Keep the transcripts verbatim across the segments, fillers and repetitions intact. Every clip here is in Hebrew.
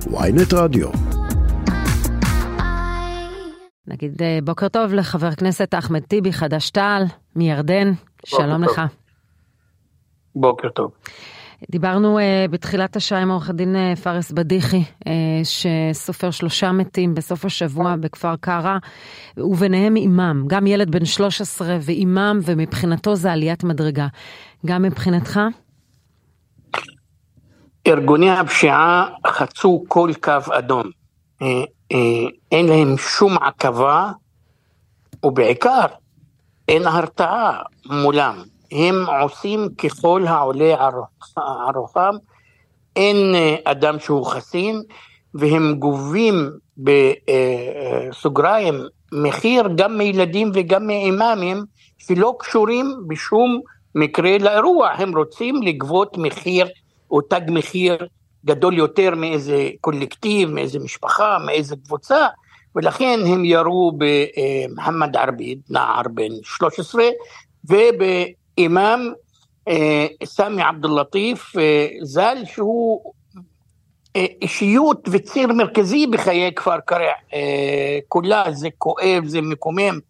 וויינט רדיו. נגיד בוקר טוב לחבר הכנסת אחמד טיבי, חד"ש תע"ל, מירדן. שלום לך. בוקר טוב. דיברנו uh, בתחילת השעה עם עורך הדין uh, פארס בדיחי, uh, שסופר שלושה מתים בסוף השבוע בכפר קרא, וביניהם אימם, גם ילד בן שלוש עשרה ואימם, ומבחינתו זה עליית מדרגה. גם מבחינתך? ארגוני הפשיעה חצו כל קו אדום. אה, אה, אין להם שום עקבה, ובעיקר אין הרתעה מולם. הם עושים ככל העולה על רוחם, אין אדם שהוא חסין, והם גובים בסוגריים מחיר גם מילדים וגם מאימאמים, שלא קשורים בשום מקרה לאירוע. הם רוצים לגבות מחיר, או תג מחיר גדול יותר מאיזה קולקטיב, מאיזה משפחה, מאיזה קבוצה, ולכן הם ירו במחמד ערביד, נער בן שלוש עשרה, ובאימאם סמי עבד אל-לטיף ז"ל, שהוא אישיות וציר מרכזי בחיי כפר קרע. כולה זה כואב, זה מקומם,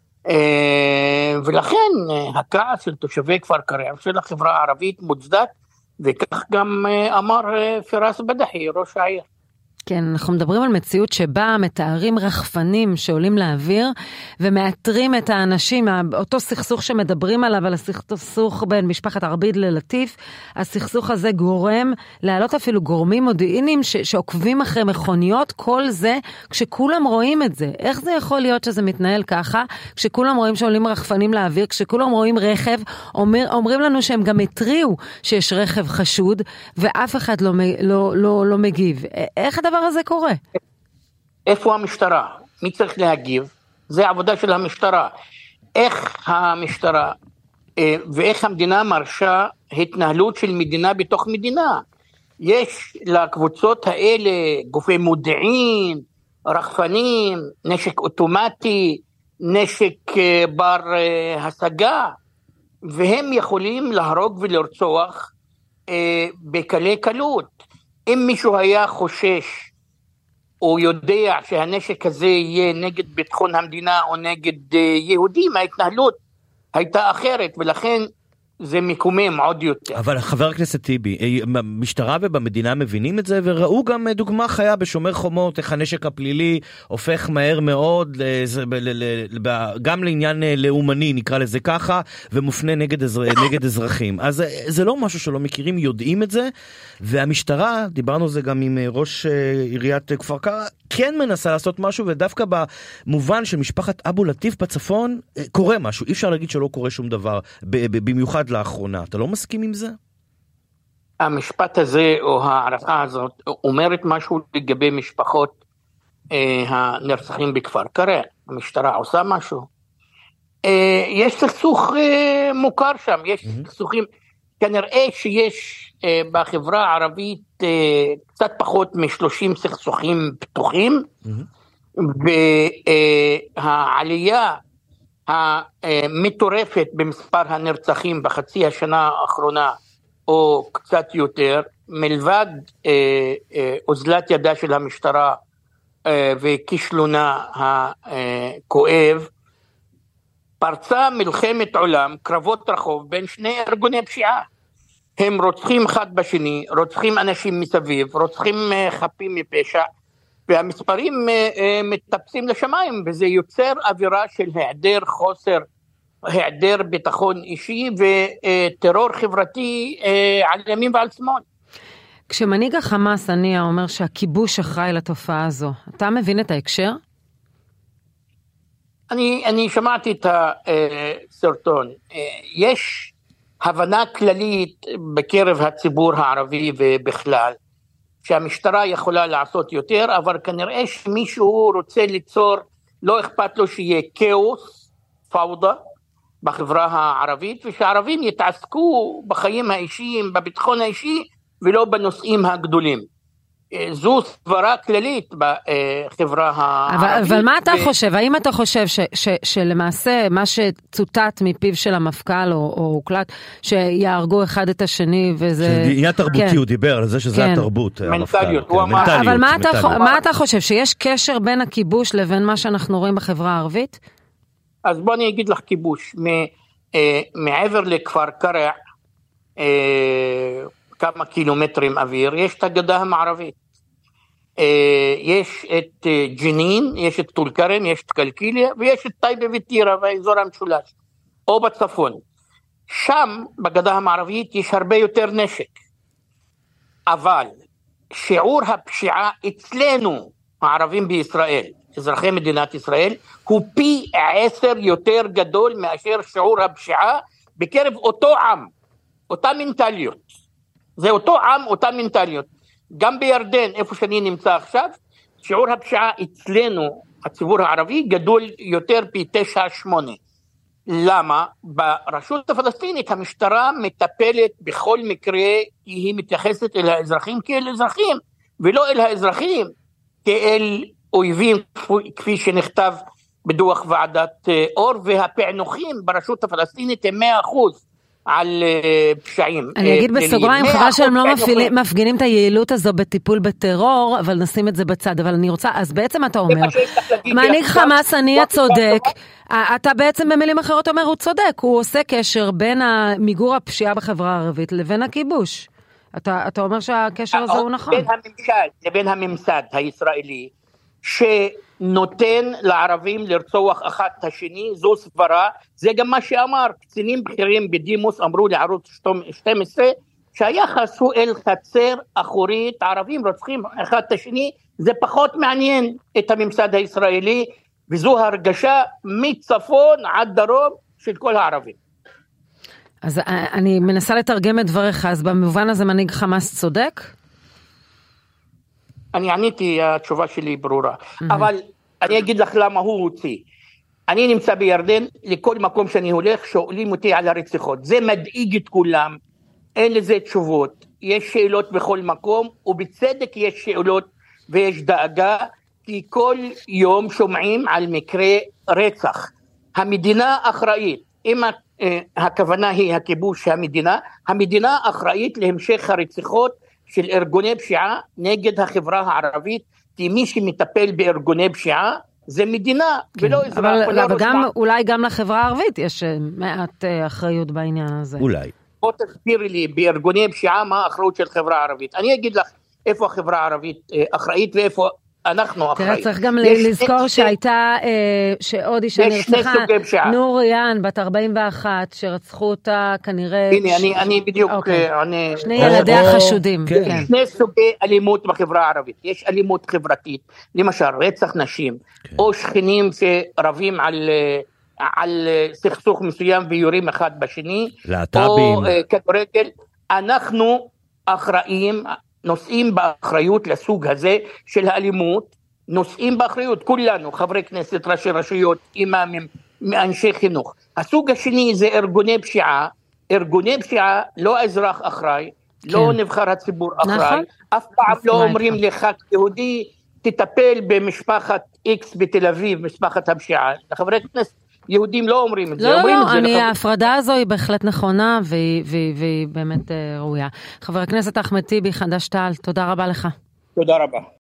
ולכן הכעס של תושבי כפר קרע של החברה הערבית מוצדק, וכך גם אמר פארס בדיחי, ראש העיר. כן, אנחנו מדברים על מציאות שבה מתארים רחפנים שעולים לאוויר, ומאתרים את האנשים, אותו סכסוך שמדברים עליו, על הסכסוך בין משפחת ערביד ללטיף, הסכסוך הזה גורם להעלות אפילו גורמים מודיעיניים ש- שעוקבים אחרי מכוניות, כל זה, כשכולם רואים את זה. איך זה יכול להיות שזה מתנהל ככה, כשכולם רואים שעולים רחפנים לאוויר, כשכולם רואים רכב, אומר, אומרים לנו שהם גם התריעו שיש רכב חשוד, ואף אחד לא, לא, לא, לא מגיב. איך הדבר הזה קורה? איפה המשטרה? מי צריך להגיב? זה עבודה של המשטרה. איך המשטרה ואיך המדינה מרשה התנהלות של מדינה בתוך מדינה? יש לקבוצות האלה גופי מודיעין, רחפנים, נשק אוטומטי, נשק בר השגה, והם יכולים להרוג ולרצוח בקלי קלות. אם מישהו היה חושש או יודע שהנשק הזה יהיה נגד ביטחון המדינה או נגד יהודים, ההתנהלות הייתה אחרת, ולכן זה מקומם עוד יותר. אבל חבר הכנסת טיבי, משטרה ובמדינה מבינים את זה, וראו גם דוגמה חיה בשומר חומות, איך הנשק הפלילי הופך מהר מאוד, גם לעניין לאומני, נקרא לזה ככה, ומופנה נגד, נגד אזרחים. אז זה לא משהו שלא מכירים, יודעים את זה, והמשטרה, דיברנו זה גם עם ראש עיריית כפר קרע, כן מנסה לעשות משהו, ודווקא במובן של משפחת אבו לטיף בצפון, קורה משהו. אי אפשר להגיד שלא קורה שום דבר, במיוחד לאחרונה. אתה לא מסכים עם זה? המשפט הזה או הערכה הזאת אומרת משהו לגבי משפחות אה, הנרצחים בכפר קרע. המשטרה עושה משהו. אה, יש סכסוך אה, מוכר שם, יש mm-hmm. סכסוכים, כנראה שיש אה, בחברה הערבית אה, קצת פחות מ-שלושים סכסוכים פתוחים, mm-hmm. והעלייה המטורפת במספר הנרצחים בחצי השנה האחרונה, או קצת יותר, מלבד אה, אה, אוזלת ידה של המשטרה אה, וכישלונה הכואב, פרצה מלחמת עולם, קרבות רחוב בין שני ארגוני פשיעה. הם רוצחים אחד בשני, רוצחים אנשים מסביב, רוצחים אה, חפים מפשע, והמספרים מטפסים לשמיים, וזה יוצר אווירה של היעדר חוסר, היעדר ביטחון אישי וטרור חברתי על ימין ועל שמאל. כשמנהיג החמאס הנייה אומר שהכיבוש אחראי לתופעה הזו, אתה מבין את ההקשר? אני, אני שמעתי את הסרטון. יש הבנה כללית בקרב הציבור הערבי ובכלל, שהמשטרה יכולה לעשות יותר, אבל כנראה שמישהו רוצה ליצור, לא אכפת לו שיהיה כאוס, פאודה, בחברה הערבית, ושהערבים יתעסקו בחיים האישיים, בביטחון האישי, ולא בנושאים הגדולים. זו סברה כללית בחברה הערבית. אבל, אבל מה אתה ו... חושב? האם אתה חושב ש, ש, שלמעשה מה שצוטט מפיו של המפכ"ל או, או הוקלט, שיהרגו אחד את השני וזה... עניין תרבותי, כן. הוא דיבר על זה שזה כן. התרבות. מנטליות. כן, אמר... מנטליות, אבל מה מנטליות. אתה, מה אתה חושב? שיש קשר בין הכיבוש לבין מה שאנחנו רואים בחברה הערבית? אז בוא אני אגיד לך כיבוש. מ, אה, מעבר לכפר קרע, אה, כמה קילומטרים אוויר, יש את הגדה המערבית. יש את ג'נין, יש את טול כרם, יש את קלקיליה, ויש את טייבה וטירה והאזור המשולש, או בצפון. שם, בגדה המערבית, יש הרבה יותר נשק. אבל שיעור הפשיעה אצלנו, הערבים בישראל, אזרחי מדינת ישראל, הוא פי עשר יותר גדול מאשר שיעור הפשיעה בקרב אותו עם, אותה מנטליות. זה אותו עם, אותה מנטליות. גם בירדן, איפה שאני נמצא עכשיו, שיעור הפשיעה אצלנו, הציבור הערבי, גדול יותר פי תשע שמונה. למה? ברשות הפלסטינית המשטרה מטפלת בכל מקרה, כי היא מתייחסת אל האזרחים כאל אזרחים, ולא אל האזרחים כאל אויבים, כפי שנכתב בדוח ועדת אור, והפענוחים ברשות הפלסטינית הם מאה אחוז. על פשעים. אני אגיד בסוגריים, חבל שהם לא מפגינים את היעילות הזו בטיפול בטרור, אבל נשים את זה בצד. אבל אני רוצה, אז בעצם אתה אומר, מנהיג חמאס, אני הצודק, אתה בעצם במילים אחרות אומר, הוא צודק, הוא עושה קשר בין מיגור הפשיעה בחברה הערבית לבין הכיבוש. אתה, אתה אומר שהקשר הזה הוא נכון. בין הממשל לבין הממסד הישראלי, שנותן לערבים לרצוח אחת את השני, זו סברה, זה גם מה שאמר, קצינים בכירים בדימוס אמרו לערוץ שתים עשרה, שהיחס הוא אל חצר אחורית, ערבים רוצחים אחד את השני, זה פחות מעניין את הממסד הישראלי, וזו הרגשה מצפון עד דרום של כל הערבים. אז אני מנסה לתרגם את דבריך, אז במובן הזה מנהיג חמאס צודק? אני עניתי, התשובה שלי ברורה, mm-hmm. אבל אני אגיד לך למה הוא הוציא. אני נמצא בירדן, לכל מקום שאני הולך, שואלים אותי על הרציחות. זה מדאיג את כולם, אין לזה תשובות. יש שאלות בכל מקום, ובצדק יש שאלות ויש דאגה, כי כל יום שומעים על מקרה רצח. המדינה אחראית, אם הכוונה היא הכיבוש המדינה, המדינה אחראית להמשך הרציחות, של ארגוני פשיעה נגד החברה הערבית, כי מי שמטפל בארגוני פשיעה זה מדינה, כן. ולא אזרח. אבל, אבל גם, אולי גם לחברה הערבית יש מעט אחריות בעניין הזה. אולי. בוא תסבירי לי בארגוני פשיעה מה האחריות של חברה הערבית. אני אגיד לך איפה החברה הערבית אחראית ואיפה אנחנו אחראית. תראה, צריך גם לזכור שהייתה, שעוד אישה נרצחה, נור ריאן, בת ארבעים ואחת, שרצחו אותה כנראה... הנה, אני, אני בדיוק... שני ילדי החשודים. שני סוגי אלימות בחברה הערבית. יש אלימות חברתית, למשל רצח נשים, או שכנים שרבים על... על סכסוך מסוים ויורים אחד בשני, או כדורגל. אנחנו אחראים... נושאים באחריות לסוג הזה של האלימות, נושאים באחריות, כולנו, חברי כנסת, ראשי רשויות, אימאמים, מאנשי חינוך. הסוג השני זה ארגוני פשיעה, ארגוני פשיעה, לא אזרח אחראי, כן. לא נבחר הציבור אחראי, נכון. אף פעם לא אומרים לך יהודי, תטפל במשפחת איקס בתל אביב, משפחת הפשיעה, לחברי כנסת, יהודים לא אומרים את זה. לא, אומרים לא, את זה אני, לחבר... ההפרדה הזו היא בהחלט נכונה, והיא, והיא, והיא באמת ראויה. חבר הכנסת אחמד טיבי, חד"ש-תע"ל, תודה רבה לך. תודה רבה.